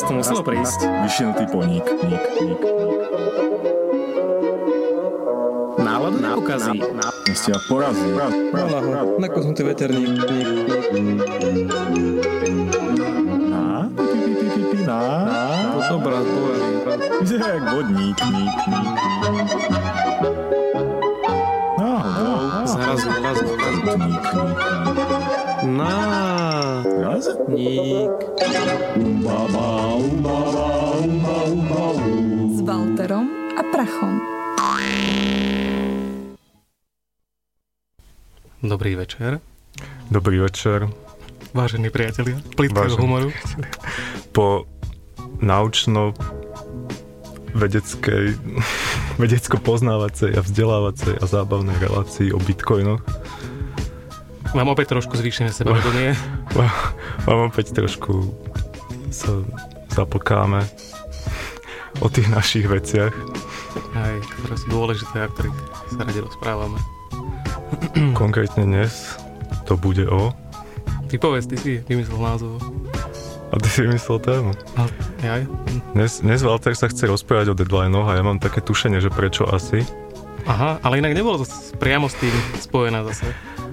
to muselo prísť. Vyšinutý poník. Náladu nepokazí. Ste ma porazí. Nakosnutý veterník. To som brat, povedal. Vyzerá jak vodník. Zarazil. Ník. S Walterom a Prachom. Dobrý večer. Dobrý večer. Vážení priatelia, plytkého humoru. Po vedecko-poznávacej a vzdelávacej a zábavnej relácii o bitcoinoch Mám opäť trošku zvýšené sebavedomie. Mám opäť trošku sa zaplkáme o tých našich veciach. Aj, ktoré sú dôležité a ktorých sa radi rozprávame. Konkrétne dnes to bude o... Ty povedz, ty si vymyslel názov. A ty si vymyslel tému. Jaj. Dnes Walter sa chce rozprávať o deadlinoch a ja mám také tušenie, že prečo asi. Aha, ale inak nebolo to priamo s tým spojené zase.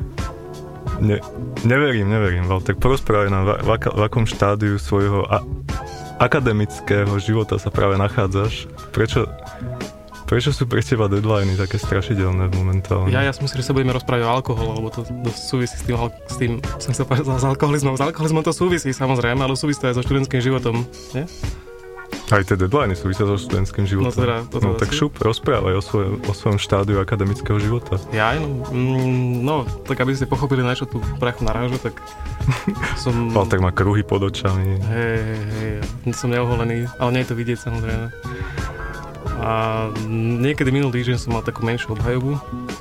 Neverím, Walter. Porozprávaj nám, v akom štádiu svojho akademického života sa práve nachádzaš. Prečo sú pre teba deadliny také strašidelné momentálne? Ja som si, že sa budeme rozprávať o alkoholu, lebo to súvisí s tým som sa povedal, s alkoholizmom. S alkoholizmom to súvisí samozrejme, ale súvisí to aj so študentským životom, nie? Aj tie deadliny súvisia so študentským životom. No tak šup, rozprávaj o svojom štádiu akademického života. Tak aby ste pochopili, na čo tu Prachu narážu, tak som... Walter má kruhy pod očami. Hej, som neoholený, ale nie je to vidieť samozrejme. A niekedy minulý týždeň som mal takú menšiu obhajobu.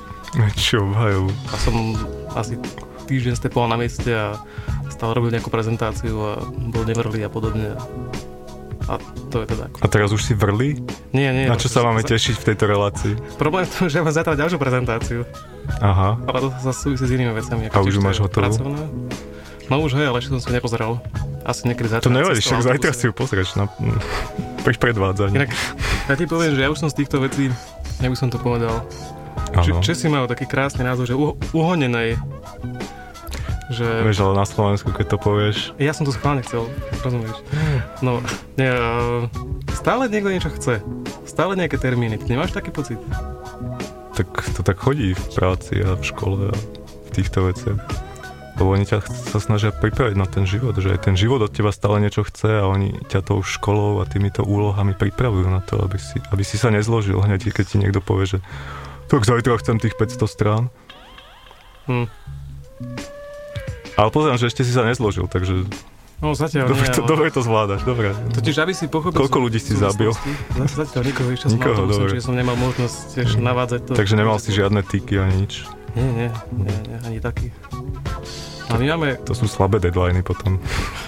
A som asi týždeň stepoval na mieste a stále robil nejakú prezentáciu a bol nevrlý a podobne. A to je teda ako... A teraz už si vrlý? Nie. Na čo sa máme tešiť v tejto relácii? Problém je to, že mám zajtra ďalšiu prezentáciu. Aha. Ale to sa súvisí s inými vecami. A už máš hotovú? No už hej, ale ešte som sa nepozeral. Asi niekedy zajtra. To nevadí, však zajtra si ju pozrieš pri predvádzaní. Inak, ja ti poviem, že ja už som z týchto vecí, jak by som to povedal, Česi majú taký krásny názov, že uhonenej. Že... Vieš, ale na Slovensku, keď to povieš... Ja som to schválne chcel, rozumieš? No, stále niekto niečo chce. Stále nejaké termíny. Ty nemáš taký pocit? Tak to tak chodí v práci a v škole a v týchto veciach. Lebo oni ťa sa snažia pripraviť na ten život, že aj ten život od teba stále niečo chce a oni ťa tou školou a týmito úlohami pripravujú na to, aby si sa nezložil hneď, keď ti niekto povie, že tak zajtra chcem tých 500 strán. Ale pozriem, že ešte si sa nezložil, takže... No zatiaľ nie. Dobre to zvládaš, dobre. Totiž, aby si pochopil... Koľko ľudí si zabil? Zatiaľ nikoho ešte som autobusom, čiže som nemal možnosť tiež navádzať to. Takže nemal si žiadne týky ani nič? Nie, ani taký. A my máme... To sú slabé deadliny potom.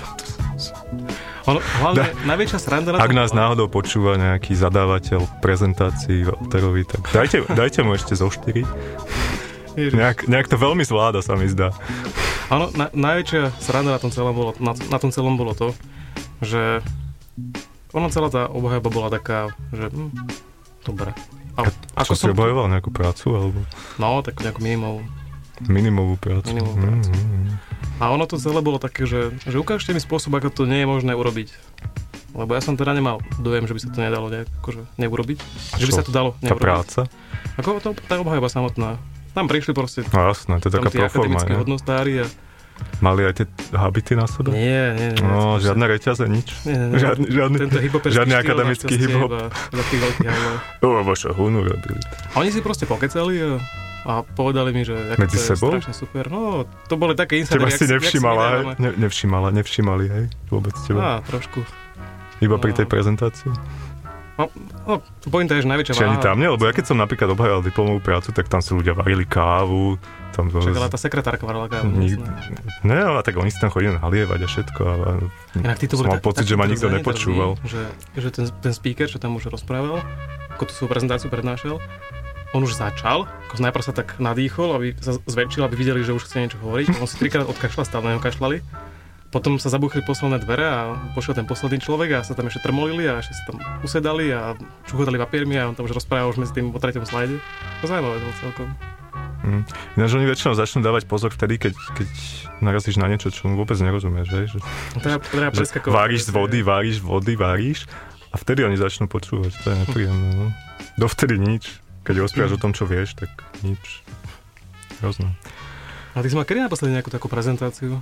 Hlavne najväčšia sranda na tom... Ak nás náhodou počúva nejaký zadávateľ prezentácií Walterovi, tak dajte mu ešte zo 4. Nejak to veľmi zvláda, sa mi zdá. Áno, najväčšia sranda na tom celom bolo to, že celá tá obhajoba bola taká, že dobre. Čo si obhajoval, nejakú prácu? Alebo? No, tak nejakú minimovú prácu. A ono to celé bolo také, že ukážte mi spôsob, ako to nie je možné urobiť. Lebo ja som teda nemal dojem, že by sa to nedalo akože neurobiť. Že by sa to dalo neurobiť. Tá práca? Ako tá obhajoba samotná. Tam prišli proste... No jasné, to je taká proforma, akademické hodnostári a... Mali aj tie habity na sebe? Nie. No, žiadne reťaze, nič? Nie. Žiadny akademický hip-hop? Lebo čo hunu robili. A oni si proste pokecali a povedali mi, že medzi to je sebou? strašne super. No, to boli také insidery, teba si nevšimala hej? Vôbec teba? Trošku. Iba pri tej prezentácii? No, pointa je, že najväčšia váha... Či ani tam nie? Lebo ja keď som napríklad obhajoval diplomovú prácu, tak tam si ľudia varili kávu. Však ale tá sekretárka varila kávu. Ne, ale tak oni si tam chodili nalievať a všetko. Som mal pocit, že ma nikto nepočúval. Že ten speaker, čo tam už rozprával, ako tú svoju prezentáciu prednášal, on už začal, ako najprv sa tak nadýchol, aby sa zväčšil, aby videli, že už chce niečo hovoriť. On si 3-krát odkašľal, stále na ňo kašľali. Potom sa zabuchli posledné dvere a pošiel ten posledný človek a sa tam ešte trmolili a ešte sa tam usedali a čuchotali papiermi a on tam už rozprával už medzi tým o 3. slajde. To zaujímavé to celkom. Ináč oni väčšinou začnú dávať pozor vtedy, keď narazíš na niečo, čo vôbec nerozumieš, že? Treba preskakovať. Váriš vody a vtedy oni začnú počúvať, to je nepríjemné, no. Dovtedy nič, keď rozprávaš o tom, čo vieš, tak nič. Hrozné. A ty si mal kedy naposledy nejakú takú prezentáciu?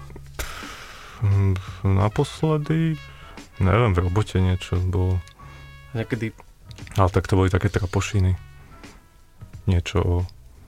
Naposledy, neviem, v robote niečo bolo. Niekedy. Ale tak to boli také trapošiny. Niečo o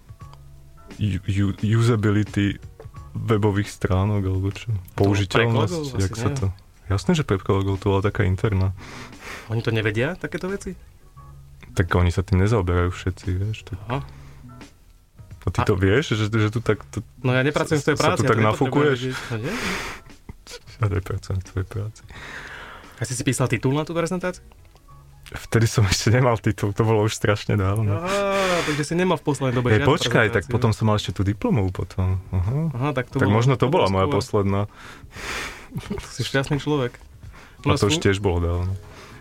usability webových stránok, alebo čo. Použiteľnosť, jak sa to... Jasné, že pre kolegov to bola taká interná. Oni to nevedia, takéto veci? Tak oni sa tým nezaoberajú všetci, vieš. Tak... Aha. A ty to vieš, že tu tak... No ja nepracujem v tvojej práci. Sa tu tak nafúkuješ? No nie? Ja nepracujem v tvojej práci. A si písal titul na tú prezentáciu? Vtedy som ešte nemal titul, to bolo už strašne dávno. Takže si nemal v poslednej dobe žiadnu počkaj, tak potom som mal ešte tú diplomovú potom. Aha, tak tak možno to bola moja posledná. Si šťastný človek. A to už tiež bolo dávno.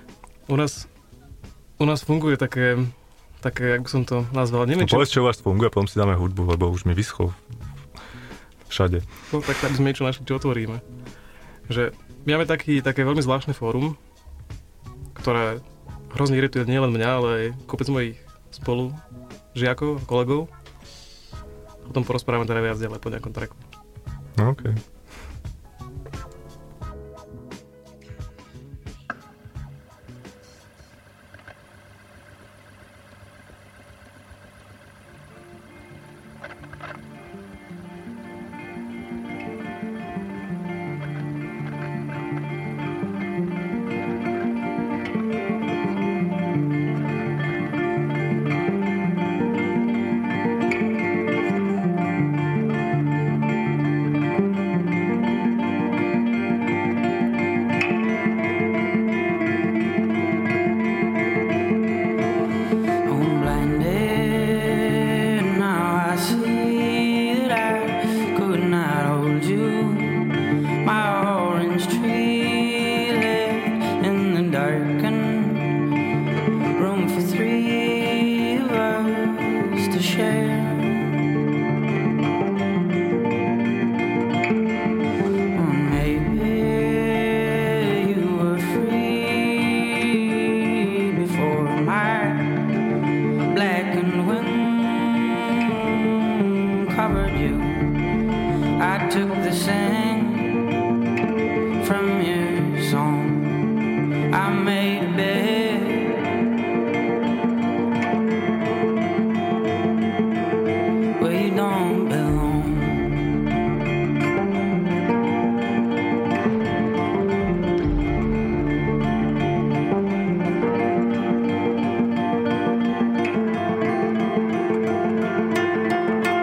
U nás funguje také, jak by som to nazval, neviem čo... Povedz, čo u vás funguje, potom si dáme hudbu, lebo už mi vyschol všade. No tak sme niečo našli, čo otvoríme. Že my máme také veľmi zvláštne fórum, ktoré hrozne irituje nielen mňa, ale aj kopec mojich spolužiakov, kolegov. Potom porozprávame teda viac ďalej po nejakom tracku. OK.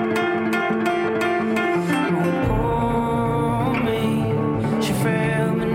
She fell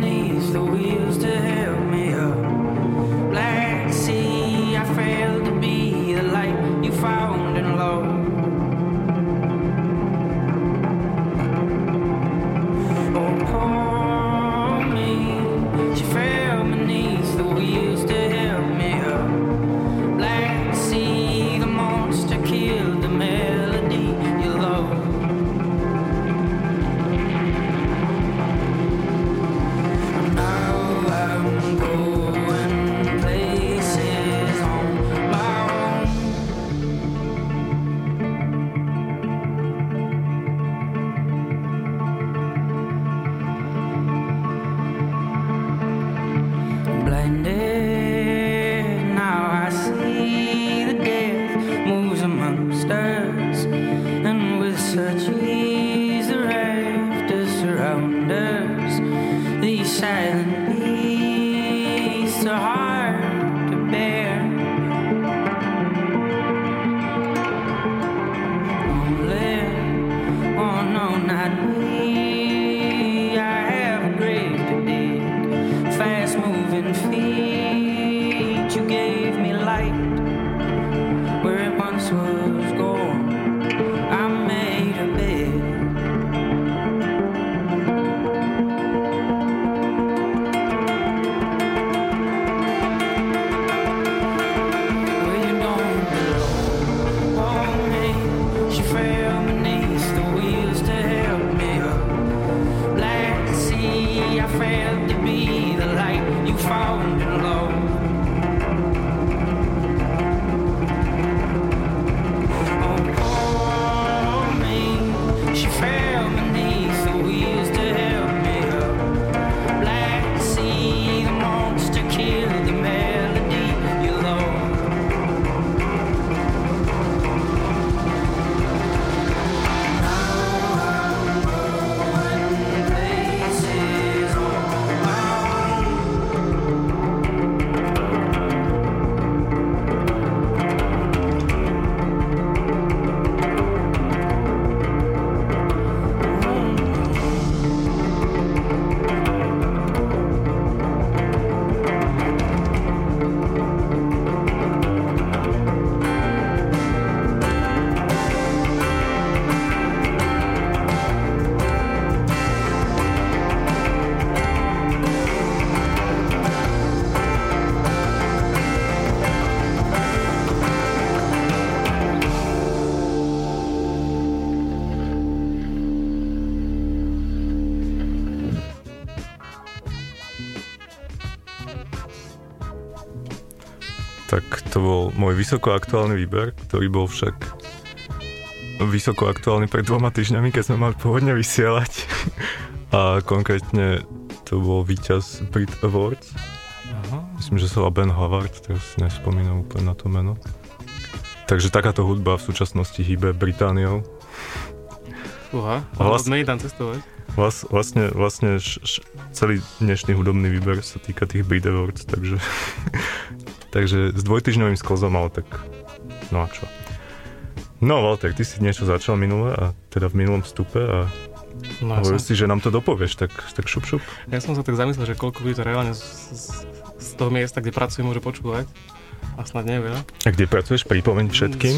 Tak to bol môj vysokoaktuálny výber, ktorý bol však vysokoaktuálny pred 2 týždňami, keď sme mali pôvodne vysielať. A konkrétne to bol víťaz Brit Awards. Aha. Myslím, že sa volá Ben Havard, teraz si nespomínam úplne na to meno. Takže takáto hudba v súčasnosti hýbe Britániou. Uha, nie je tam cestovať. Vlastne celý dnešný hudobný výber sa týka tých Brit Awards, takže s 2-týždňovým sklzom, ale tak no a čo. No Walter, ty si niečo začal minule, a teda v minulom vstupe a hovoril si, že nám to dopovieš, tak šup. Ja som sa tak zamyslel, že koľko by to reálne z toho miesta, kde pracujem, môže počúvať. A snad nevie. A kde pracuješ? Pripomeň všetkým.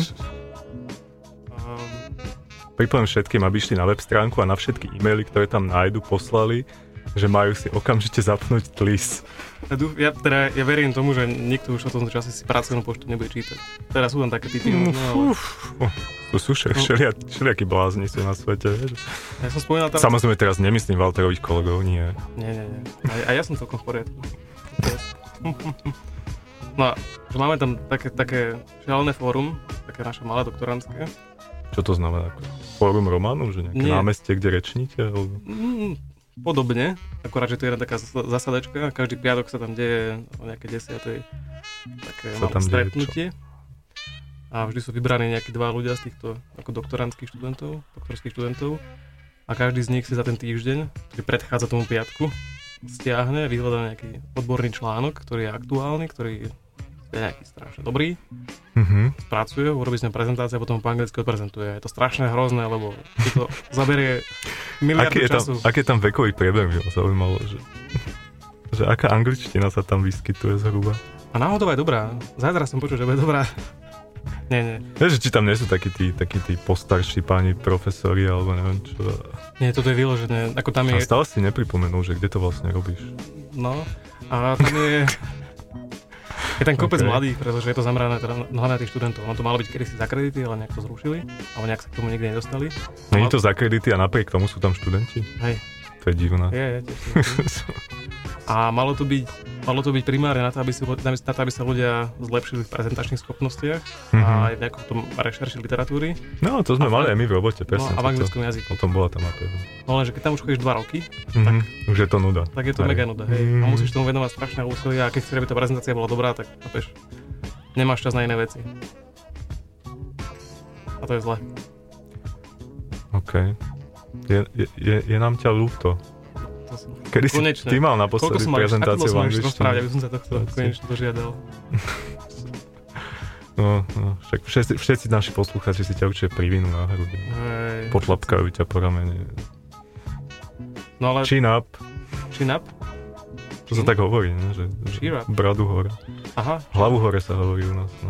Pripomeň všetkým, aby išli na web stránku a na všetky e-maily, ktoré tam nájdu, poslali, že majú si okamžite zapnúť TLIS. Ja verím tomu, že nikto už o tom čase si pracovnú poštu nebude čítať. Teraz sú tam také typy. To sú všelijakí blázni sú na svete. Ja som spomínal tam... Samozrejme teraz nemyslím Walterových kolegov, nie. Nie. A ja som celkom v poriadku. No a že máme tam také šialené fórum, také naše malé doktorantské. Čo to znamená? Fórum románu? Že nejaké námestie, kde rečníte? Podobne, akorát, že to je jedna taká zasadačka a každý piatok sa tam deje o nejaké 10. také malé stretnutie. A vždy sú vybraní nejakí 2 ľudia z týchto ako doktorských študentov a každý z nich si za ten týždeň, ktorý predchádza tomu piatku, stiahne, vyhľadá nejaký odborný článok, ktorý je aktuálny, ktorý je nejaký strašne dobrý, spracuje, urobí s ňom prezentáciu a potom po anglicky odprezentuje. Je to strašne hrozné, lebo to zaberie miliardu času. Aký je tam vekový priebeh, by ma zaujímalo, že aká angličtina sa tam vyskytuje zhruba? A náhodová je dobrá. Zajtra som počul, že bude dobrá. Nie. Že či tam nie sú takí tí postarší páni profesori, alebo neviem čo. Nie, toto je vyložené. Ako tam je... A stále si nepripomenul, že kde to vlastne robíš. No, a tam je ten kopec mladých, pretože je to zamerané teda hlavne na tých študentov. No to malo byť kedysi za kredity, ale nejak to zrušili, alebo nejak sa k tomu nikdy nedostali. Nie je to za kredity a napriek tomu sú tam študenti? Hej. To je divné. Je tiež. A malo to byť primárne na to, aby sa ľudia zlepšili v prezentačných schopnostiach a aj v nejakom tom rešerši literatúry. No, to sme mali aj my v robote, presne. No, a v anglickom jazyku. O tom bola tá matéria. No lenže keď tam už chodíš 2 roky, tak už je to nuda. Tak je to mega nuda, hej. A musíš tomu venovať strašné úsilie a keď chceš, aby tá prezentácia bola dobrá, tak chápeš, nemáš čas na iné veci. A to je zle. OK. Je nám ťa ľúto. Kedy si ty mal naposledy prezentáciu v angličtine? Ako som sa tohto konečne dožiadal. No, však všetci naši poslucháči si ťa určite privinú na hrudi. Potlapkajú ťa po ramene. No ale... Chin up. To sa tak hovorí, ne? Že bradu hore. Aha. Hlavu hore sa hovorí u nás.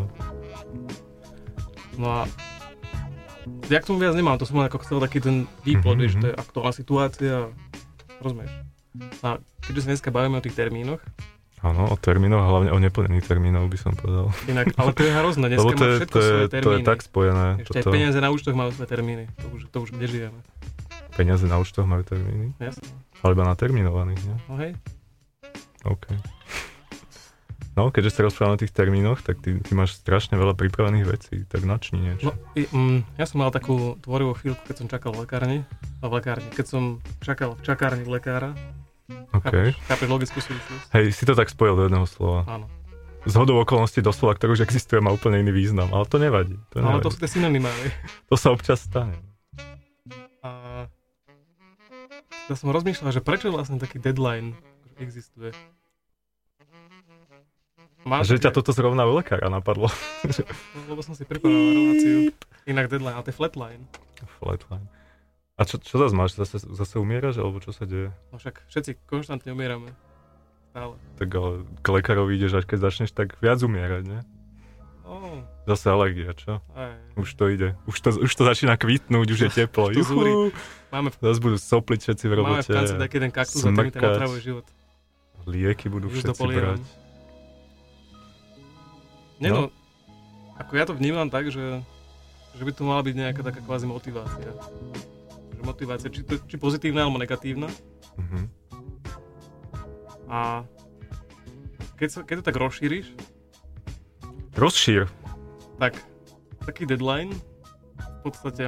No a... Ja k tomu viac nemám, to som len ako chcel taký ten výplod, že to je aktuálna situácia. Rozumieš? A keďže sa dneska bavíme o tých termínoch. Áno, o termínoch, hlavne o neplnených termínov by som povedal. Inak, ale to je hrozné, dneska má všetko svoje termíny. To je tak spojené. Ešte aj peniaze na účtoch majú svoje termíny, to už kde žijeme. Peniaze na účtoch majú termíny? Jasne. Ale iba na termínovaných, nie? No hej. OK. No, keďže sa rozprávame o tých termínoch, tak ty máš strašne veľa pripravených vecí, tak načni niečo. No, ja som mal takú tvorivú chvíľku, keď som čakal v lekárni, keď som čakal v čakárni lekára. OK. Chápeš logickú súvislosť? Hej, si to tak spojil do jedného slova. Áno. Zhodou okolností doslova, ktorý už existuje, má úplne iný význam, ale to nevadí. Ale to sú tie synonymá, To sa občas stane. A ja som rozmýšľal, že prečo vlastne taký deadline existuje. Že ťa toto zrovna u lekára napadlo. Lebo som si pripravil reláciu. Inak deadline, ale to je flatline. Flatline. A čo zase máš? Zase umieraš, alebo čo sa deje? No však všetci konštantne umierame. Stále. Tak ale k lekárovi ideš, až keď začneš tak viac umierať, nie? Zase alergia, čo? Aj. Už to ide. Už to začína kvitnúť, už je teplo. Zase budú sopliť všetci v robote. Máme v kanci taký jeden kaktus a ten otravuje život. Lieky budú všetci brať. No, ako ja to vnímam tak, že by to mala byť nejaká taká kvázi motivácia. Že motivácia, či pozitívna alebo negatívna. A keď to tak rozšíriš, Rozšír. Tak, taký deadline, v podstate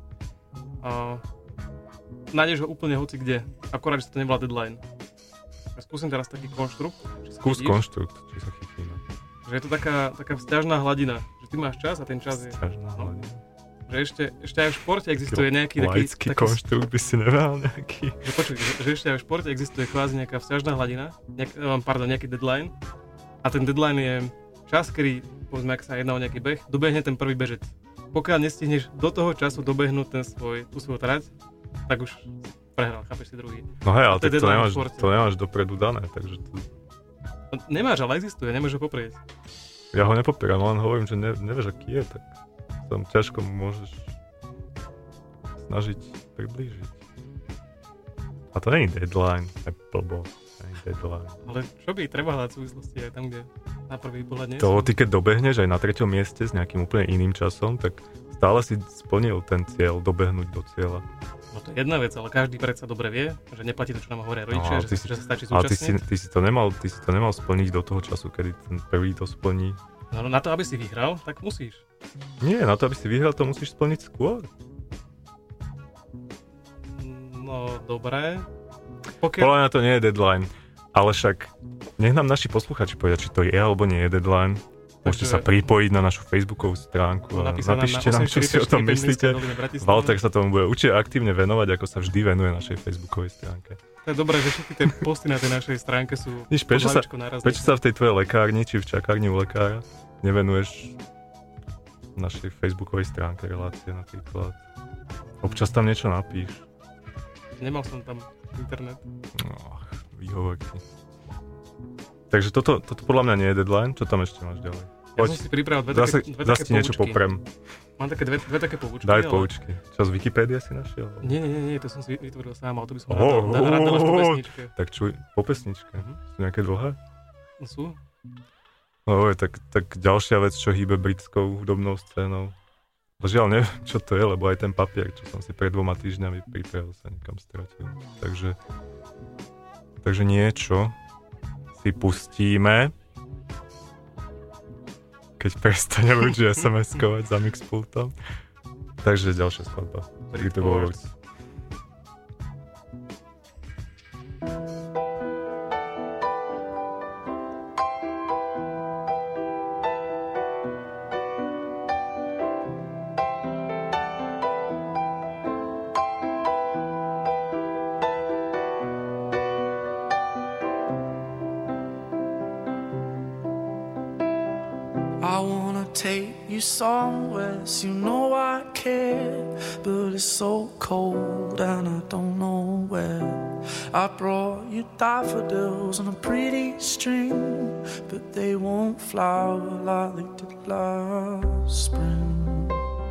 nájdeš ho úplne hoci kde, akorát, že to nevolá deadline. Skúsim teraz taký konštrukt. Skús konštrukt, či sa chytíme. Že je to taká vzťažná hladina, že ty máš čas a ten čas je... Vzťažná hladina. Že ešte aj v športe existuje nejaký laický konštrukt by si nemal nejaký. Že ešte aj v športe existuje kvázi nejaká vzťažná hladina, nejaký deadline. A ten deadline je čas, kedy, povedzme, ak sa jedná o nejaký beh, dobehne ten prvý bežec. Pokiaľ nestihneš do toho času dobehnúť tú svoju trať, tak už prehral, chápeš si druhý. No hej, ale to nemáš dopredu dané, takže to... Nemáš, ale existuje, nemôžeš ho poprieť. Ja ho nepopieram, len hovorím, že nevieš, aký je, tak tam ťažko mu môžeš snažiť priblížiť. A to nie je deadline, je blbosť, nie je deadline. Ale čo by treba hľadať súvislosti aj tam, kde na prvý pohľad nie sú? To ty keď dobehneš aj na 3. mieste s nejakým úplne iným časom, tak stále si splnil ten cieľ, dobehnúť do cieľa. No to je jedna vec, ale každý predsa dobre vie, že neplatí to, čo nám hovoria rodičia, že sa stačí súčasniť. Ale ty si to nemal splniť do toho času, kedy ten prvý to splní. No na to, aby si vyhral, tak musíš. Nie, na to, aby si vyhral, to musíš splniť skôr. No, dobré. Podľa mňa to nie je deadline, ale však nech nám naši posluchači povedia, či to je alebo nie je deadline. Môžete sa pripojiť na našu facebookovú stránku a napíšte nám, čo si o tom myslíte. Walter sa tomu bude určite aktívne venovať, ako sa vždy venuje našej facebookovej stránke. To je dobré, že všetky tie posty na tej našej stránke sú prečo sa v tej tvojej lekárni, či v čakárni u lekára nevenuješ našej facebookovej stránke relácie napríklad? Občas tam niečo napíš. Nemal som tam internet. Výhovorky. Takže toto podľa mňa nie je deadline. Čo tam ešte máš ďalej? Ja som si pripravil dve také poučky. niečo poprem. Mám také dve také poučky. Daj poučky. Čo z Wikipédia si našiel? Nie, to som si vytvoril sám, ale to by som rád dal až po pesničke. Tak čuj, po pesničke. Sú nejaké dlhé? Sú. No tak ďalšia vec, čo hýbe britskou hudobnou scénou. Žiaľ, neviem, čo to je, lebo aj ten papier, čo som si pred 2 týždňami pripravil, sa nikam stratil. Takže niečo si pustíme, keď prestane ľudí SMS-kovať za mixpultom. Takže ďalšia skladba. Great Words. I wanna take you somewhere, so you know I care, but it's so cold and I don't know where. I brought you daffodils on a pretty string, but they won't flower like they did last spring.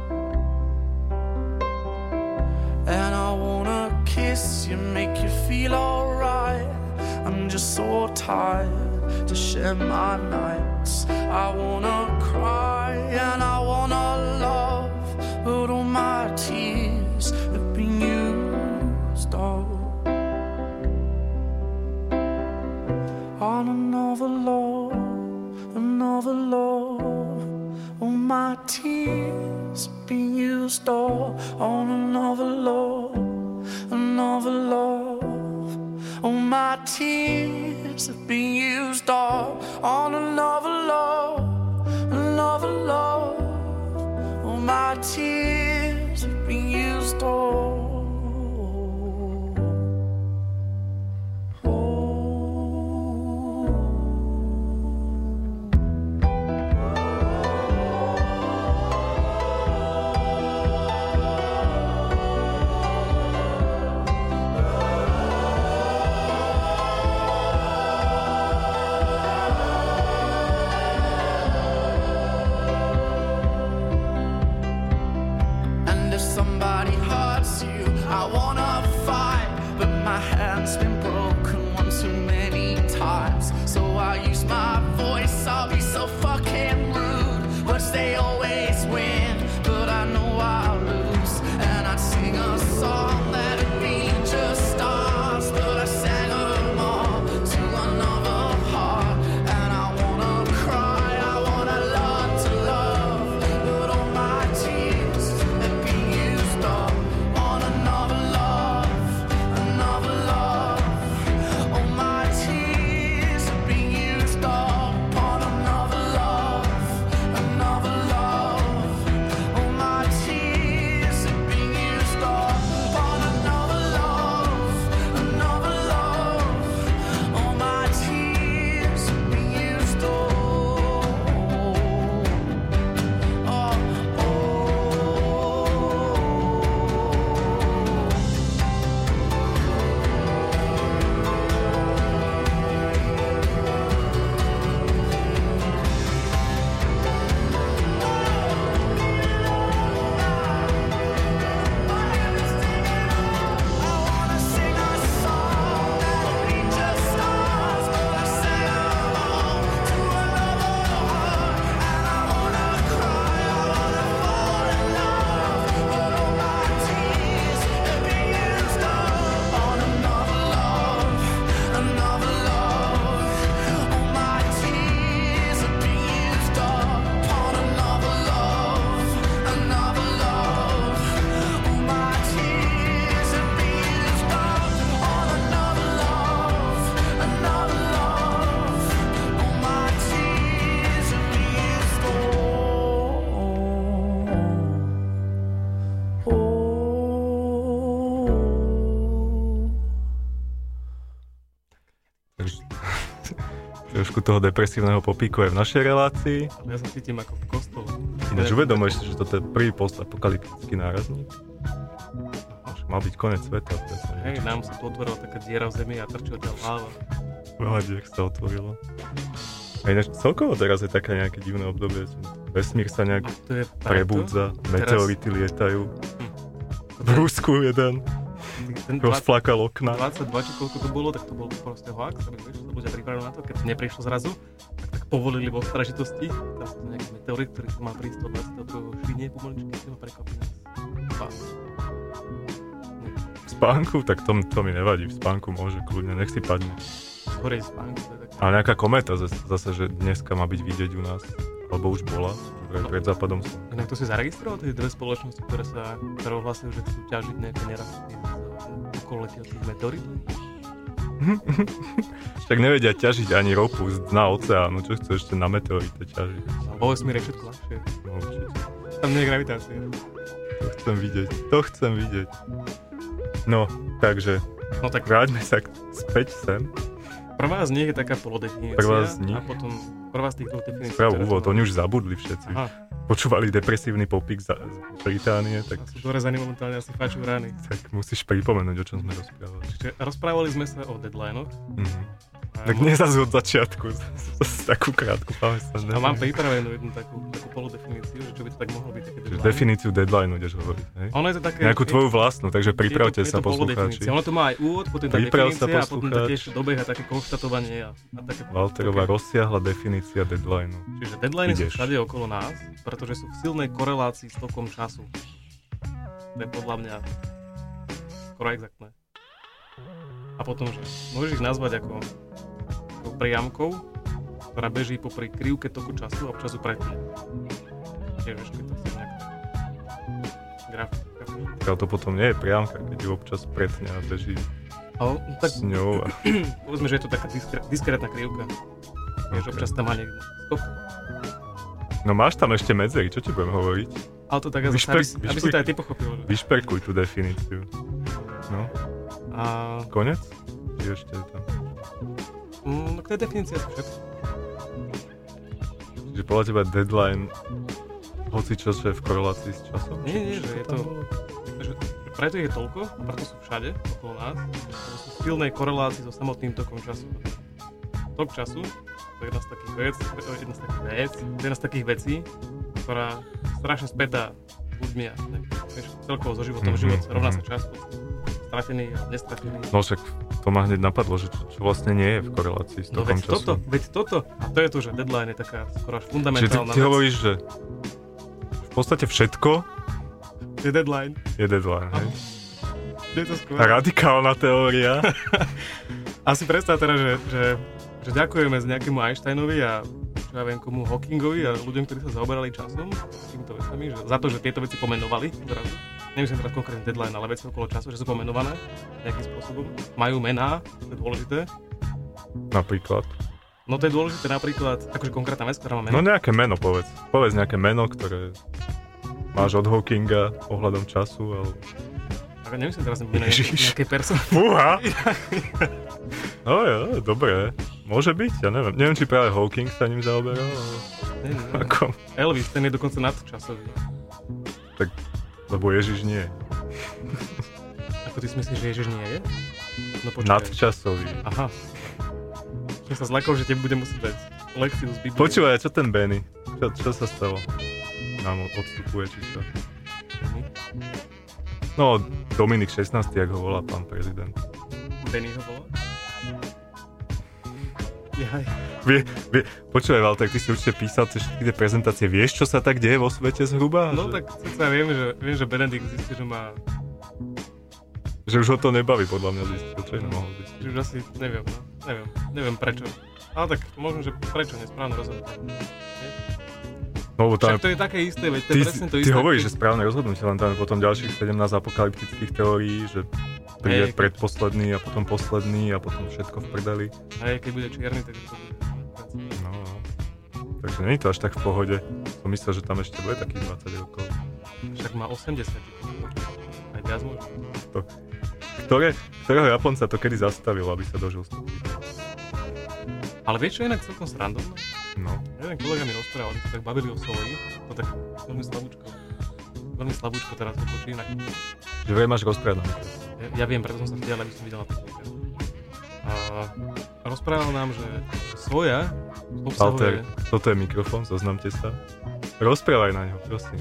And I wanna kiss you, make you feel alright. I'm just so tired to share my nights. I wanna cry and I wanna love, but all my tears have been used up on another love, another love. All my tears have been used up on another love, another love. All my tears have been used up on another love, another love. All my tears have been used up. trošku toho depresívneho popíku aj v našej relácii. Ale ja sa cítim ako v kostole. Ináč uvedomuješ si, že toto je prvý postapokalyptický nárazník? Mal byť koniec sveta. Hej, nám sa tu otvorila taká diera v zemi a trčí odtiaľ láva. Vládiek sa otvorilo. A ináč celkovo teraz je také nejaké divné obdobie. Vesmír sa nejak prebúdza, meteority lietajú. V Rusku jeden rozplakal okna. 22, či koľko to bolo, tak to bol proste hoax, aby sa ľudia pripravili na to, keď to neprišlo zrazu, tak povolili vo stražitosti. Teraz to nejaký meteorit, ktorý má prísť od 22. švinie pomaličky, si ma prekvapí nás. Spánku? Tak to mi nevadí, v spánku môže kľudne, nech si padne. Skorej spánku, to je tak. Ale nejaká kométa zase, že dneska má byť vidieť u nás, alebo už bola, pred západom slnka. Inak to si zaregistroval, tie dve spoločnosti, ktoré ohlasujú, že chcú ťažiť nejaké nerasty z okolo letiacich meteoritov? Však nevedia ťažiť ani ropu z dna oceánu, čo chcú ešte na meteorite ťažiť. Vo vesmíre všetko ľahšie. No, určite. Tam nie je gravitácia. To chcem vidieť. No, takže vráťme sa späť sem. Prvá z nich je taká polodefinícia a potom prvá z týchto definícií. Sprav úvod, oni už zabudli všetci. Aha. Počúvali depresívny popík z Británie, tak... A sú dorezaní momentálne asi fáču rány. Tak musíš pripomenúť, o čom sme rozprávali. Čiže rozprávali sme sa o deadline-och. Tak nie zase od začiatku, takú krátku pamäť. A mám pripravenú jednu takú polodefiníciu, že čo by to tak mohlo byť také deadline. Definíciu deadline ideš hovoriť, hej? Ono je to také... Nejakú tvoju vlastnú, takže pripravte sa poslucháči. Ono to má aj úvod, potom tá definícia a potom to tiež dobieha také konštatovanie a také... Walterová rozsiahla definícia deadlineu. Čiže deadline sú všade okolo nás, pretože sú v silnej korelácii s tokom času. To je podľa mňa skoro exaktné. A potom, že môžeš ich nazvať ako priamkou, ktorá beží popri krivke toku času a občas ju pretne. Tiež vieš, keď to chce nejak grafika. Ale to potom nie je priamka, keď ju občas pretne a beží s ňou. Povedzme, že je to taká diskrétna krivka. Vieš, občas tam má niekto skok. No máš tam ešte medzery, čo ti budem hovoriť? Ale to tak, aby si to aj ty pochopil. Vyšperkuj tú definíciu. No. A... Konec? Či ešte je tam? No to je definícia všetko. Čiže podľa teba deadline hoci čo je v korelácii s časom? Nie, že je to... Že preto je toľko, a preto sú všade okolo nás, že sú v silnej korelácii so samotným tokom času. Tok času, to je jedna z takých vecí, ktorá je strašne spätá s ľuďmi a celkovo so životom. Život rovná sa čas, stratený a nestratený. No však to ma hneď napadlo, že čo vlastne nie je v korelácii s tokom času. Veď toto. A to je to, že deadline je taká skoro až fundamentálna vec. Čiže ty hovoríš, že v podstate všetko je deadline. Je deadline, hej? Je to skôr. Radikálna teória. Asi predstav teraz, že ďakujeme z nejakému Einsteinovi a čo ja viem komu Hawkingovi a ľuďom, ktorí sa zaoberali časom týmito vecami, že za to, že tieto veci pomenovali zrazu. Nemyslím teraz konkrétne deadline, ale veci okolo času, že sú pomenované nejakým spôsobom. Majú mená, to je dôležité. Napríklad? No to je dôležité napríklad, akože konkrétna vec, ktorá má meno. No nejaké meno povedz. Povedz nejaké meno, ktoré máš od Hawkinga ohľadom času, alebo... Tak nemyslím teraz nejaké persony. Fúha! No jo, dobré. Môže byť, ja neviem. Neviem, či práve Hawking sa ním zaoberal, ale... Ako? Elvis, ten je dokonca nadčasový. Tak, lebo Ježiš nie. Ako ty si myslíš, že Ježiš nie je? No počkaj. Nadčasový. Aha. Som sa zlakol, že tebe budem musieť dať lekciu z Biblie. Počúvaj, čo ten Benny? Čo sa stalo? Nám odstupuje, či čo? No, Dominik 16, jak ho volá pán prezident. Benny ho volá? Jaj. Počúvaj, Walter, ty si určite písal všetky tie prezentácie. Vieš, čo sa tak deje vo svete zhruba? No tak sa viem, že Benedikt zistil, že má... Že už ho to nebaví, podľa mňa zistil, čo nemohol zistiť. Že už asi, neviem, no. Neviem prečo. Ale tak možno, že prečo, nesprávne rozhodnutie. No, však to je také isté, veď to je presne to isté. Ty hovoríš, že správne rozhodnutie, len tam je potom ďalších 17 apokalyptických teórií, že príde predposledný a potom posledný a potom všetko v prdeli. Hej, keď bude čierny, tak to bude. No. Takže nie je to až tak v pohode. Som myslel, že tam ešte bude takých 20 rokov. Však má 80. Aj viac možno. Ktorého Japonca to kedy zastavilo, aby sa dožil 100? Ale vieš, čo je inak celkom srandovné? No. Jeden kolega mi rozprával, oni sa tak bavili o soji, to tak veľmi slabúčko teraz ho počím. Že vraj máš rozprávať. Ja viem, preto som sa vtiaľ, aby som videl na technika. A rozprával nám, že soja obsahuje... Alter, toto je mikrofón, zoznamte sa. Rozprávaj na ňo, prosím.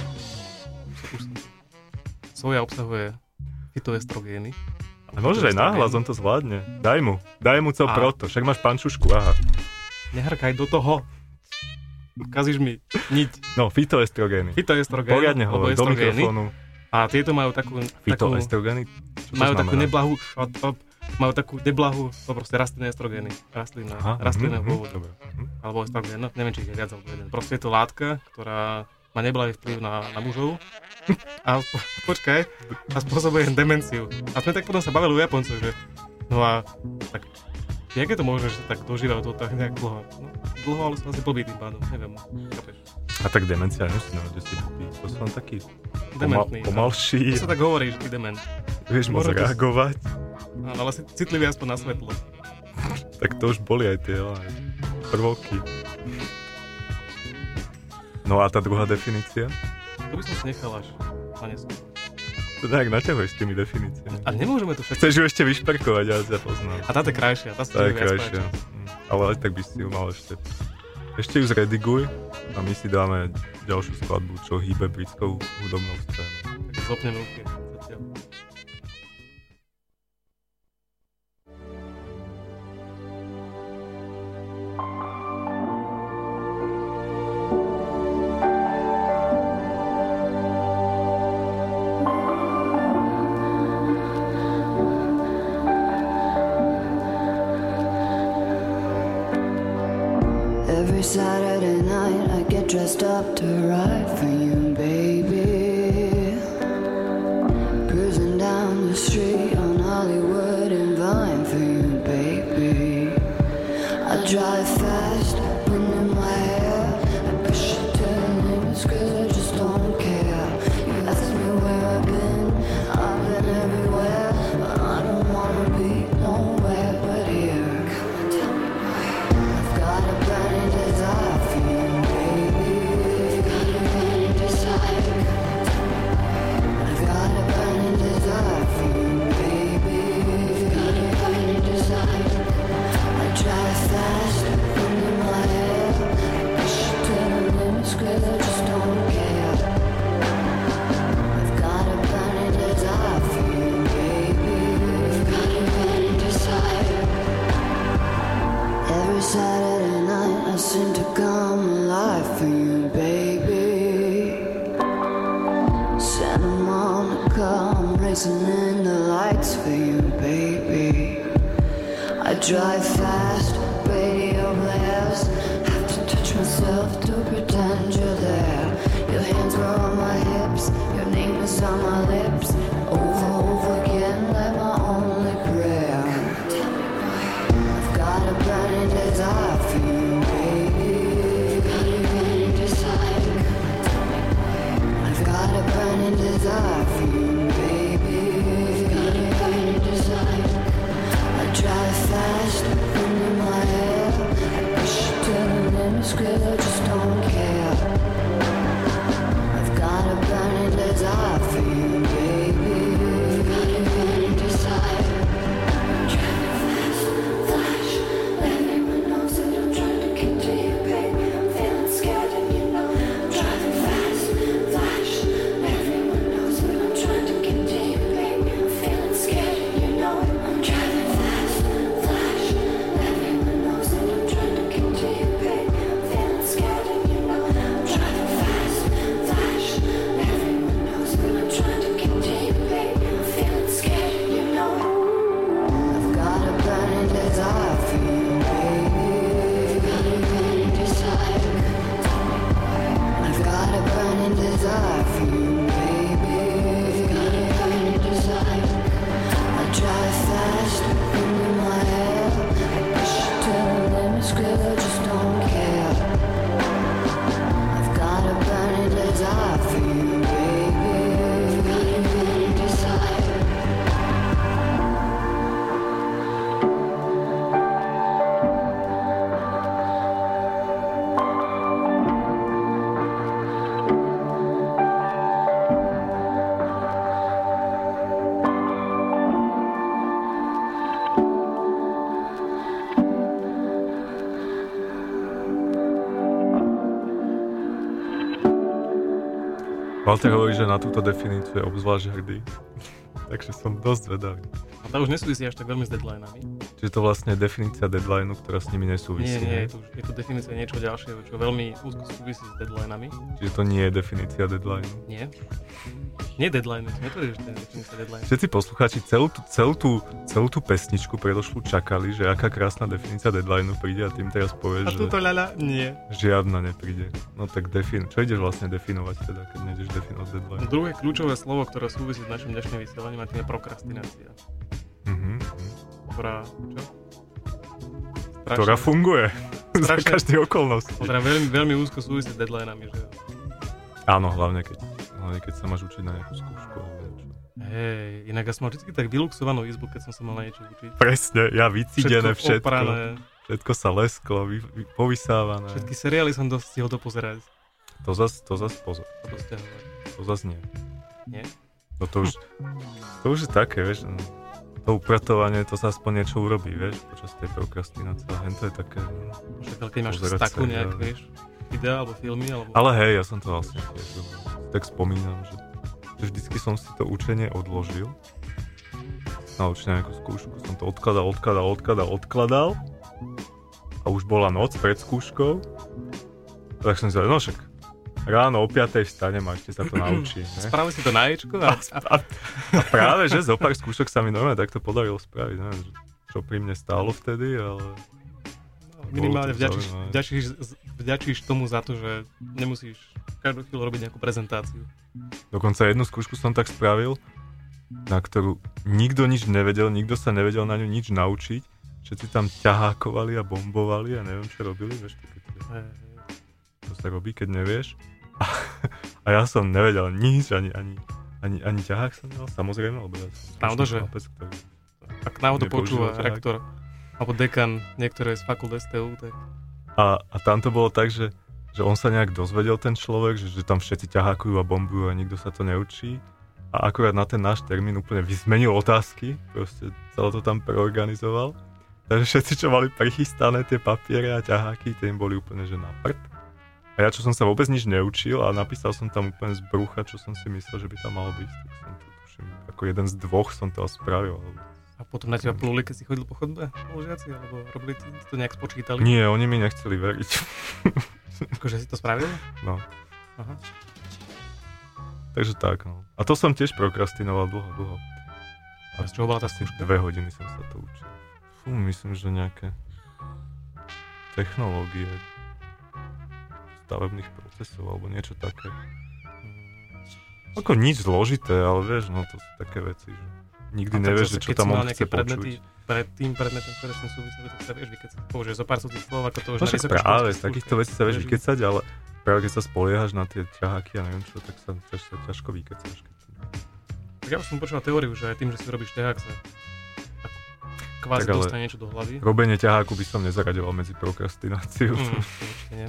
Soja obsahuje fytoestrogény. A môžeš aj náhlas, on to zvládne. Daj mu proto, však máš pančušku, aha. Nehrkaj do toho. Kazíš mi niť. No, fytoestrogény. Poriadne hovor, do mikrofónu. A tieto majú takú... Fytoestrogény? Majú takú neblahú... Majú takú neblahú, to proste rastlinné estrogény. Rastlinné pôvodu. Alebo estrogén, no neviem, či ich je viac alebo jeden. Proste je to látka, ktorá má neblahý vplyv na mužov. A počkaj, a spôsobuje demenciu. A sme tak potom sa bavili u Japoncov, že... No a tak... Jak je to možné, že sa tak dožívajú to tak nejak dlho? No, dlho, ale som asi blbý tým pádom, neviem. Chápeš? A tak demencia nemusí znamená, že si blbý. To som taký dementný. Pomalší. To sa tak hovorí, že ty dement. Vieš moc reagovať. Áno, ale si citlivý aspoň na svetlo. Tak to už boli aj tie prvovky. No a tá druhá definícia? To by som si nechal až na neskôr. To nejak naťahuješ s tými definíciami. A nemôžeme to všetko... Chceš ju ešte vyšperkovať, ja sa poznám. A táto je krajšia, tá je krajšia. Ale aj tak by si ju mal ešte. Ešte ju zrediguj a my si dáme ďalšiu skladbu, čo hýbe britskou hudobnou scénou. Tak zopnem ruky. Saturday night I get dressed up to ride for you, baby. Cruising down the street on Hollywood and Vine for you, baby. I drive fast, wind in my hair. I push it to the limits 'cause I just don't care. You ask me where I've been everywhere, but I don't wanna be nowhere but here. I've got a burning desire for you, baby. Got a burning desire. I've got a burning desire for you, baby. Got a burning desire. I drive fast, wind in my hair. Push it to the limits 'cause I just don't care. I've got a burning desire for you, baby. Got a burning desire. Every Saturday night I seem to come alive for you, baby. Santa Monica, I'm racing in the lights for you, baby. I drive fast, radio blares. Have to touch myself to pretend you're there. Your hands were on my hips, your name is on my lips. Over again, like my only prayer. I've got a burning desire for you, baby. Got a burning desire. I've got a burning desire for you, baby. Got a burning desire. I drive fast, wind in my hair. I push it to the limits 'cause I just don't care. I've got a burning desire for you, baby. Got a Walter hovorí, že na túto definíciu je obzvlášť hrdý. Takže som dosť vedavý. A to už nesúvisí až tak veľmi s deadlinami. Čiže to vlastne je definícia deadlineu, ktorá s nimi nesúvisí. Nie, je to definícia niečo ďalšieho, čo veľmi úzko súvisí s deadlinami. Čiže to nie je definícia deadlineu. Nie. Nie deadline, netvrdí, že to je definícia deadline. Všetci poslucháči celú tú pesničku predošlu čakali, že aká krásna definícia deadlineu príde a tým teraz povieš, že toto ľaľa nie. Žiadna nepríde. No tak čo ideš vlastne definovať teda, keď nejdeš definovať deadline? No, druhé kľúčové slovo, ktoré súvisí s našim dnešným vysielaním, a tým je prokrastinácia. Ktorá, čo? Ktorá funguje. Za každý okolnosť. Ktorá veľmi úzko súvisí s deadlinami, že? Áno, hlavne keď sa máš učiť na nejakú skúšku alebo niečo. Hej, inak ja som mal vždy tak vyluxovanú izbu, keď som sa mal na niečo učiť. Presne, ja vycídené všetko. Oprané. Všetko sa lesklo, povysávané. Všetky seriály som stihol dopozerať. To zas pozor. To zas nie. Nie? No to už je také, vieš, to upratovanie, to sa aspoň niečo urobí, vieš, počas tej prokrastinácie. A to je také... Však keď máš staku nejak, vieš, videa alebo filmy, alebo... Ale hej, ja som to vlastne tiež tak spomínam, že vždycky som si to učenie odložil. Na určite nejakú skúšku som to odkladal. A už bola noc pred skúškou. Tak som si povedal, no však ráno o 5:00 vstanem a ešte sa to naučí. Spravili si to na ječko? A práve, že zo pár skúšok sa mi normálne takto podarilo spraviť. Neviem, čo pri mne stálo vtedy, ale... Minimálne vďačíš tomu za to, že nemusíš každú chvíľu robiť nejakú prezentáciu. Dokonca jednu skúšku som tak spravil, na ktorú nikto nič nevedel, nikto sa nevedel na ňu nič naučiť. Všetci tam ťahákovali a bombovali a neviem, čo robili. Vieš, to sa robí, keď nevieš. A ja som nevedel nič, ani ťahák som nemal, samozrejme, lebo ja som... Pravda, že? Ak náhodou počúva rektor alebo dekan niektoré z fakult STU, tak... A tam to bolo tak, že on sa nejak dozvedel, ten človek, že tam všetci ťahákujú a bombujú a nikto sa to neučí. A akurát na ten náš termín úplne vyzmenil otázky, proste celé to tam preorganizoval. Takže všetci, čo mali prichystané tie papiere a ťaháky, tie im boli úplne že na prd. A ja, čo som sa vôbec nič neučil a napísal som tam úplne z brucha, čo som si myslel, že by tam malo byť, tak som to tuším, ako jeden z dvoch som to spravil. A potom na teba plúli, keď si chodil po chodbe? Spolužiaci, alebo robili ti to nejak spočítali? Nie, oni mi nechceli veriť. Akože si to spravil? No. Aha. Takže tak, no. A to som tiež prokrastinoval dlho. A z čoho bola tá skúška? 2 hodiny som sa to učil. Myslím, že nejaké technológie stavebných procesov, alebo niečo také. Ako nič zložité, ale vieš, no to sú také veci, že nikdy nevieš, že čo tam on chce počuť. Pred tým predmetom, ktoré som súviseli, tak sa vieš vykecať. Použiješ zo pár cudzích slov, ako to už na vysokej školskej práve, z takýchto vecí sa vieš vykecať, ale práve keď sa spoliehaš na tie ťaháky a neviem čo, tak sa ťažko vykecáš. Tak ja už som počul teóriu, že aj tým, že si robíš ťahák, sa kvázi dostane niečo do hlavy. Robenie ťaháku by som nezaraďoval medzi prokrastináciu. Určite nie.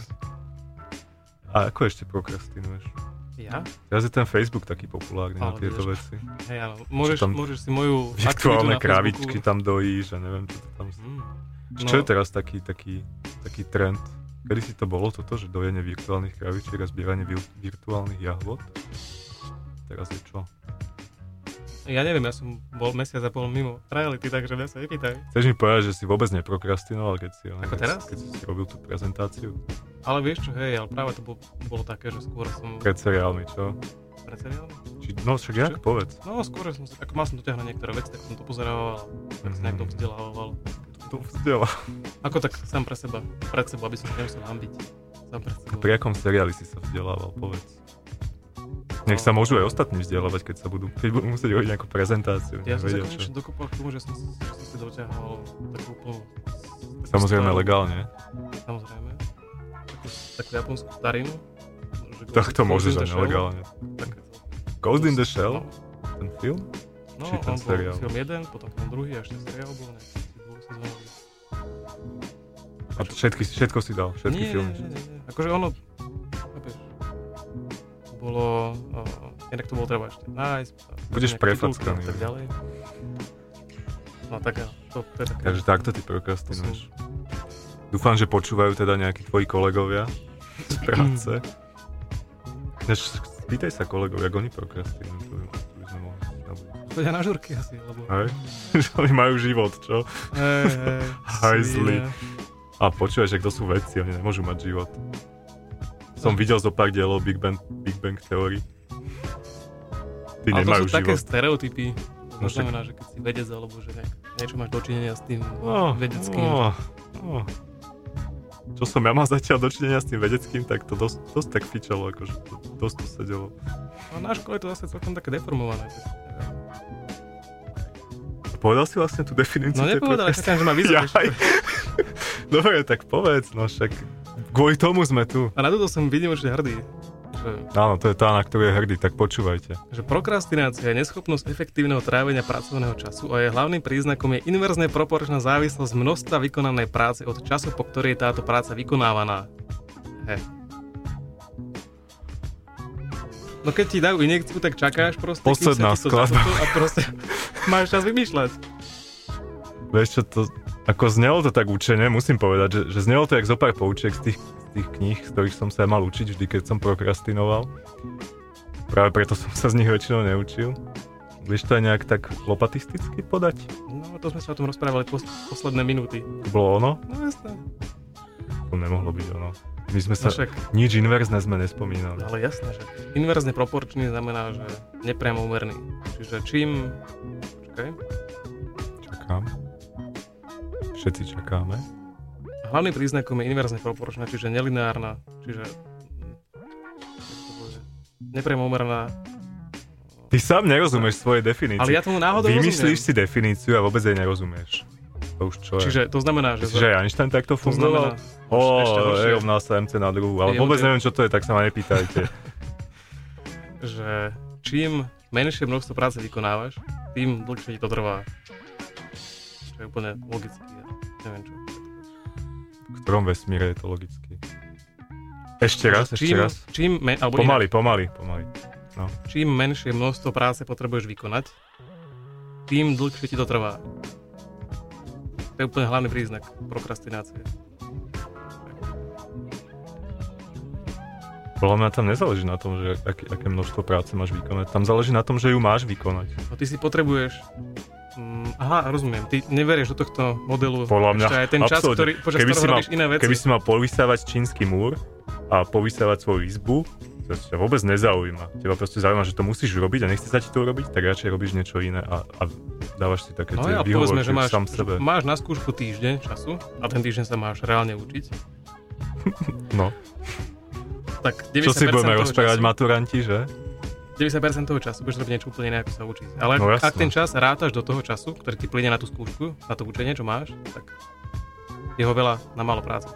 A ako ešte prokrastinuješ? Ja? Teraz je ten Facebook taký populárny na tieto veci. Hej, áno. Môžeš si moju virtuálne kravičky tam dojíš a neviem, čo to tam... Čo je teraz taký trend? Kedy si to bolo toto, že dojenie virtuálnych kravičiek a zbieranie virtuálnych jahôd? Teraz je čo? Ja neviem, ja som bol mesiac a pol mimo reality, takže mňa sa nepýtaj. Chceš mi povedať, že si vôbec neprokrastinoval, keď si robil tú prezentáciu? Ale vieš čo, hej, ale práve to bolo také, že skôr som... Pred seriálmi, čo? Pred seriálmi? No však jak, povedz. No skôr som ako mal som dotiahnuť niektoré veci, tak som to pozeral, tak sa nejak dovzdelával. Ako tak sám pred seba, aby som sa nemusel hanbiť. Sám pred sebou. Pri akom seriáli si sa vzdelával, povedz. Nech sa môžu aj ostatní vzdelávať, keď budú musieť robiť nejakú prezentáciu. Ja som sa konečne dokopal k tomu, že som si dotiahol takú úplnú... Samozrejme legálne. Samozrejme. Takú japonskú starinu. Tak to môžeš aj nelegálne. Ghost in the Shell? Ten film? No, či ten seriál? Film jeden, potom film druhý a ešte seriál bol nejaký dvojsezónový. A všetko si dal? Všetky filmy? Nie. Akože ono... bolo, inak to bolo treba ešte nájsť. Budeš prefackaný. Tak ďalej. No tak to je také. Takže takto ty prokrastinuješ. Dúfam, že počúvajú teda nejakí tvoji kolegovia z práce. Spýtaj sa kolegov, jak oni prokrastinujú, to by sme mohli. Chodia na žurky asi, lebo... Hej, že oni majú život, čo? Hajzli. A počúvaj, že kto sú vedci, oni nemôžu mať život. Som videl zo pár dielov Big Bang Theory. Tí nemajú život. Ale to sú také stereotypy. To znamená, že keď si vedec, alebo že niečo máš dočinenia s tým vedeckým. Čo som ja mal zatiaľ dočinenia s tým vedeckým, tak to dosť tak fičalo, akože dosť to sedelo. A na škole je to zase celkom také deformované. Povedal si vlastne tú definíciu? No nepovedal, čakám, že ma vyzveš. Dobre, tak povedz, no však kvôli tomu sme tu. A na toto som výnimočne hrdý. Áno, to je tá, na ktorú je hrdý, tak počúvajte. Že prokrastinácia je neschopnosť efektívneho trávenia pracovného času a jej hlavným príznakom je inverzne proporčná závislosť množstva vykonanej práce od času, po ktorej je táto práca vykonávaná. No keď ti dajú injekciu, tak čakáš proste, posledná skladba. A proste máš čas vymýšľať. Vieš čo, to, ako znelo to tak učene, musím povedať, že znelo to jak zopár poučiek z tých kníh, z ktorých som sa mal učiť vždy, keď som prokrastinoval. Práve preto som sa z nich väčšinou neučil. Vieš to aj nejak tak lopatisticky podať? No, to sme sa o tom rozprávali posledné minúty. To bolo ono? No jasné. To nemohlo byť ono. My sme sa, nič inverzné sme nespomínali. Ale jasné, že inverzne proporčný znamená, že nepriamo úmerný. Čiže čím... Počkaj. Čakám. Všetci čakáme. Hlavným príznakom je inverzne proporčná, čiže nelineárna, čiže... nepriamo úmerná. Ty sám nerozumieš svoje definície. Ale ja tomu náhodou vymyslíš si definíciu a vôbec jej nerozumieš. To už čo je. Čiže to znamená, že... Čiže Einstein takto fungoval? Rovná sa MC na druhú, ale vôbec neviem, čo to je, tak sa ma nepýtajte. Že čím menšie množstvo práce vykonávaš, tým dlhšie ti to trvá. Čo je úplne logicky, neviem čo. V ktorom vesmíre je to logicky? Ešte raz. Pomaly. No. Čím menšie množstvo práce potrebuješ vykonať, tým dlhšie ti to trvá. To je úplne hlavný príznak prokrastinácie. Podľa mňa tam nezáleží na tom, že aké množstvo práce máš vykonať. Tam záleží na tom, že ju máš vykonať. No ty si potrebuješ... Aha, rozumiem. Ty neverieš do tohto modelu. Podľa mňa, ešte aj ten čas, počas ktorého robíš iné veci. Keby si mal povysávať čínsky múr a povysávať svoju izbu, to ťa vôbec nezaujíma. Teba proste zaujíma, že to musíš robiť a nechce sa ti to urobiť, tak radšej robíš niečo iné a dávaš si také tie výhovorky sám sebe. Máš na skúšku týždeň času a ten týždeň sa máš reálne učiť. No. Tak 90% čo si budeme rozprávať maturanti, že? 90% toho času budeš robiť niečo úplne iné, ako sa učiť. Ale no, ak ten čas rátaš do toho času, ktorý ti plyne na tú skúšku, na to učenie, čo máš, tak je ho veľa na málo práce.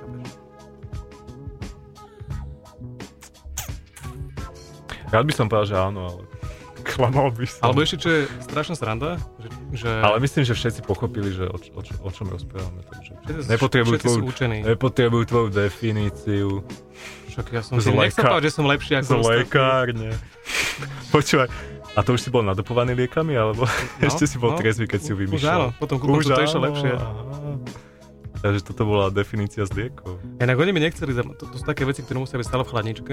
Rád by som povedal, že áno, ale klamal by som. Alebo ešte, čo je strašná sranda, že... Ale myslím, že všetci pochopili, že o čom rozprávame. Takže nepotrebujú tvoju definíciu. Však ja som si nechcel povedať, že som lepší ako ostatní. Z lekárne. Počúvaj, a to už si bol nadopovaný liekami, alebo ešte si bol trezvý, keď si ju vymýšľal? Už áno, potom ku koncu to išlo lepšie. Takže toto bola definícia z liekov. Inak oni mi nechceli, to sú také veci, ktoré musia byť stále v chladničke.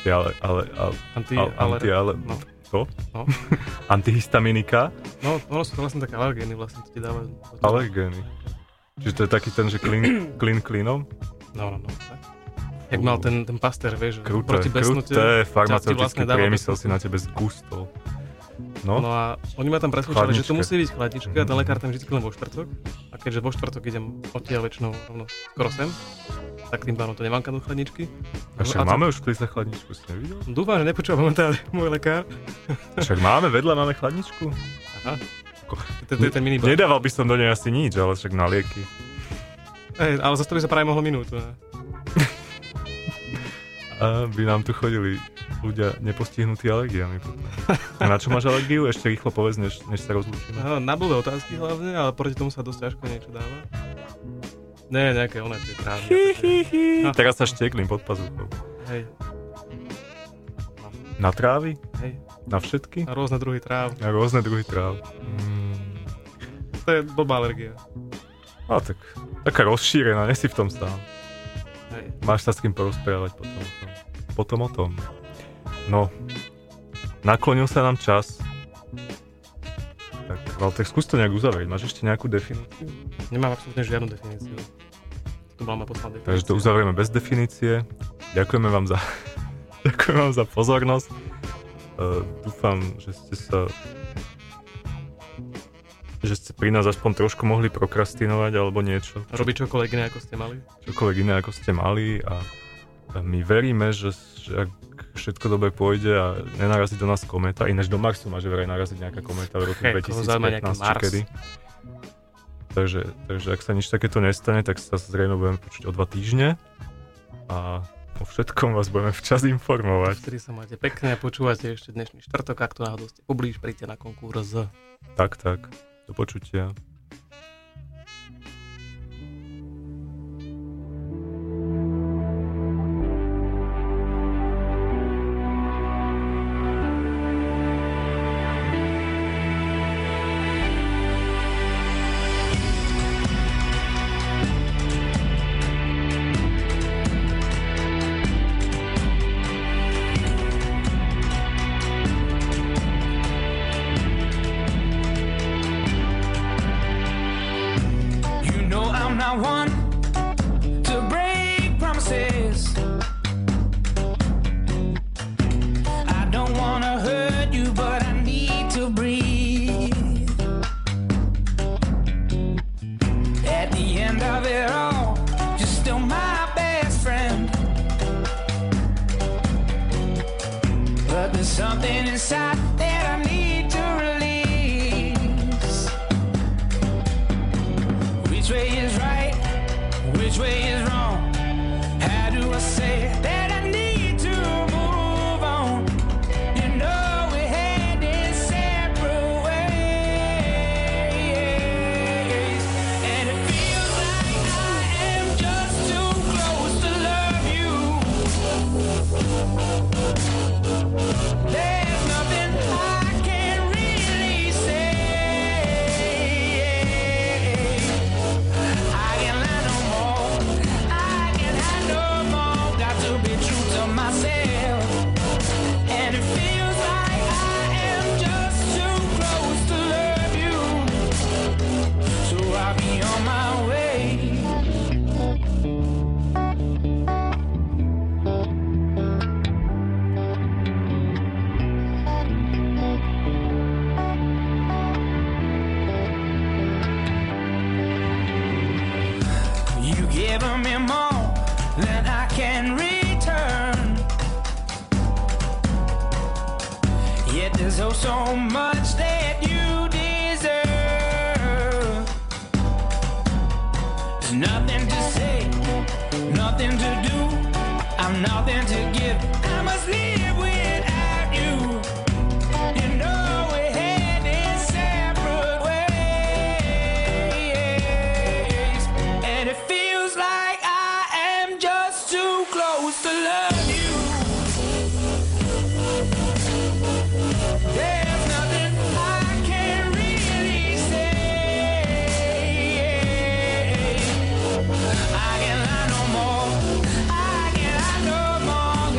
To? No. Antihistaminika? No, ono sú to vlastne také alergény, vlastne to ti dávajú. Alergény. Čiže to je taký ten, že klínom? No, tak. Jak mal ten Pasteur, vieš, proti besnote. Kruté, farmaceutický priemysel si na tebe zgustol. No a oni ma tam presvedčali, že to musí byť chladnička a ten lekár tam vždy len vo štvrtok. A keďže vo štvrtok idem odtiaľ väčšinou rovno skoro sem, tak tým pádom to nemám do chladničky. A však máme už v chladničku, si nevidel? Dúfam, že nepočúva momentálne môj lekár. Však máme chladničku. Aha. To je ten minibar. Nedával by som do nej asi nič, ale však na lieky. Ale za to by sa práve mohlo minúť. A by nám tu chodili ľudia nepostihnutí alergiami. A na čo máš alergiu? Ešte rýchlo povedz, než sa rozlúčime. Na blbé otázky hlavne, ale proti tomu sa dosť ťažko niečo dáva. Ne, nejaké tie trávy. Teraz sa štieklím pod pazuchou. Hej. Na trávy? Hej. Na všetky? Na rôzne druhy tráv. To je blbá alergia. A tak, taká rozšírená, nesi v tom sám. Hej. Máš sa s kým porozprávať potom o tom. No, naklonil sa nám čas. Tak, Valter, skús to nejak uzavrieť. Máš ešte nejakú definíciu? Nemám absolútne žiadnu definíciu. Tu bola moja posledná definícia. Takže to uzavrieme bez definície. Ďakujeme vám za pozornosť. Dúfam, že ste pri nás aspoň trošku mohli prokrastinovať alebo niečo. Robiť čokoľvek iné, ako ste mali? Čokoľvek iné, ako ste mali a my veríme, že ak všetko dobre pôjde a nenarazí do nás kométa, ináč do Marsu má že vraj naraziť nejaká kométa v roku 2015 či kedy. Takže ak sa nič takéto nestane, tak sa zrejme budeme počuť o 2 týždne a o všetkom vás budeme včas informovať. Vtedy sa máte pekne a počúvate ešte dnešný štvrtok, ak to náhodou ste poblíž, príďte na konkurs. Tak. Do počutia. Something inside that I need to release. Which way is right? Which way is wrong? How do I say that I need to move on? You know we're heading separate ways, and it feels like I am just too close to love you. There's nothing I can really say. I can lie no more. I can hide no more. Got to be true to myself. And it feels like I am just too close to love you. So I'll be on my way. You giving me more than I can return. Yet there's oh so much that you deserve. There's nothing to say, nothing to do. I'm nothing to give. I must live without you. You know we're heading separate ways, and it feels like I am just too close to love you. There's nothing I can really say. I can lie no more. I can lie no more.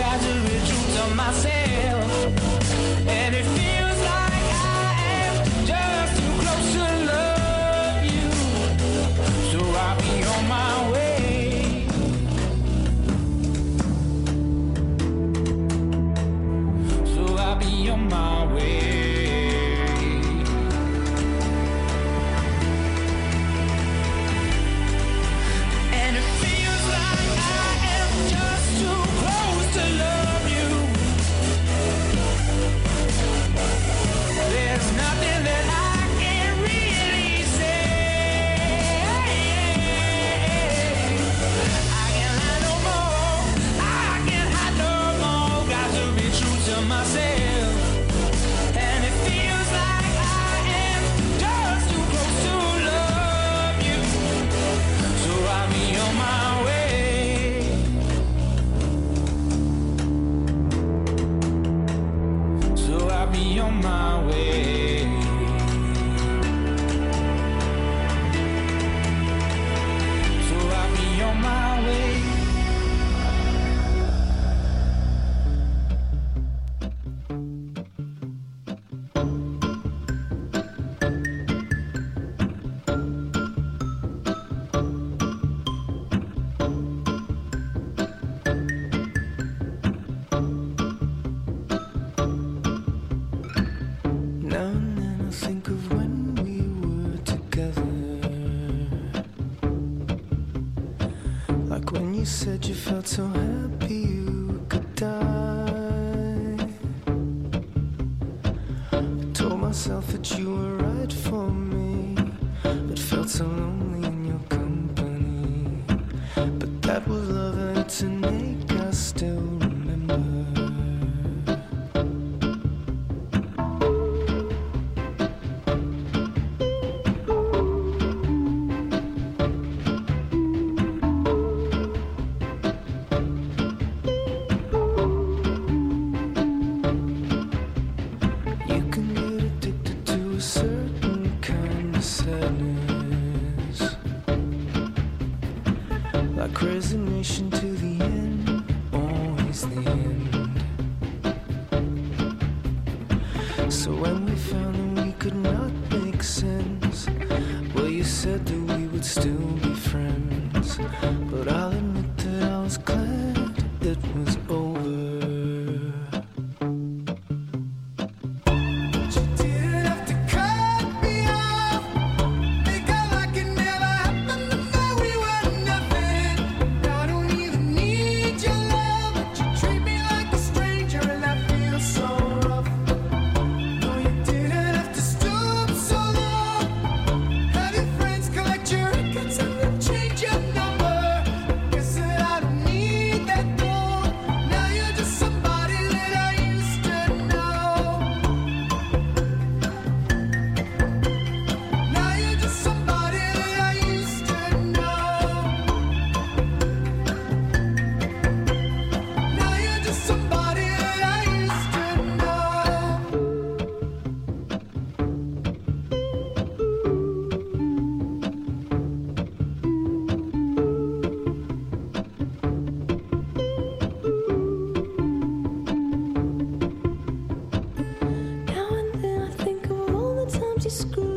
you said you felt so happy you could die. I told myself that you were right for me, but felt so lonely in your company. But that was love and tonight I still remember. Resignation to the end, always the end. So when we found that we could not make sense, well, you said that we would still be friends. But I'll admit that I was glad it was over. Screw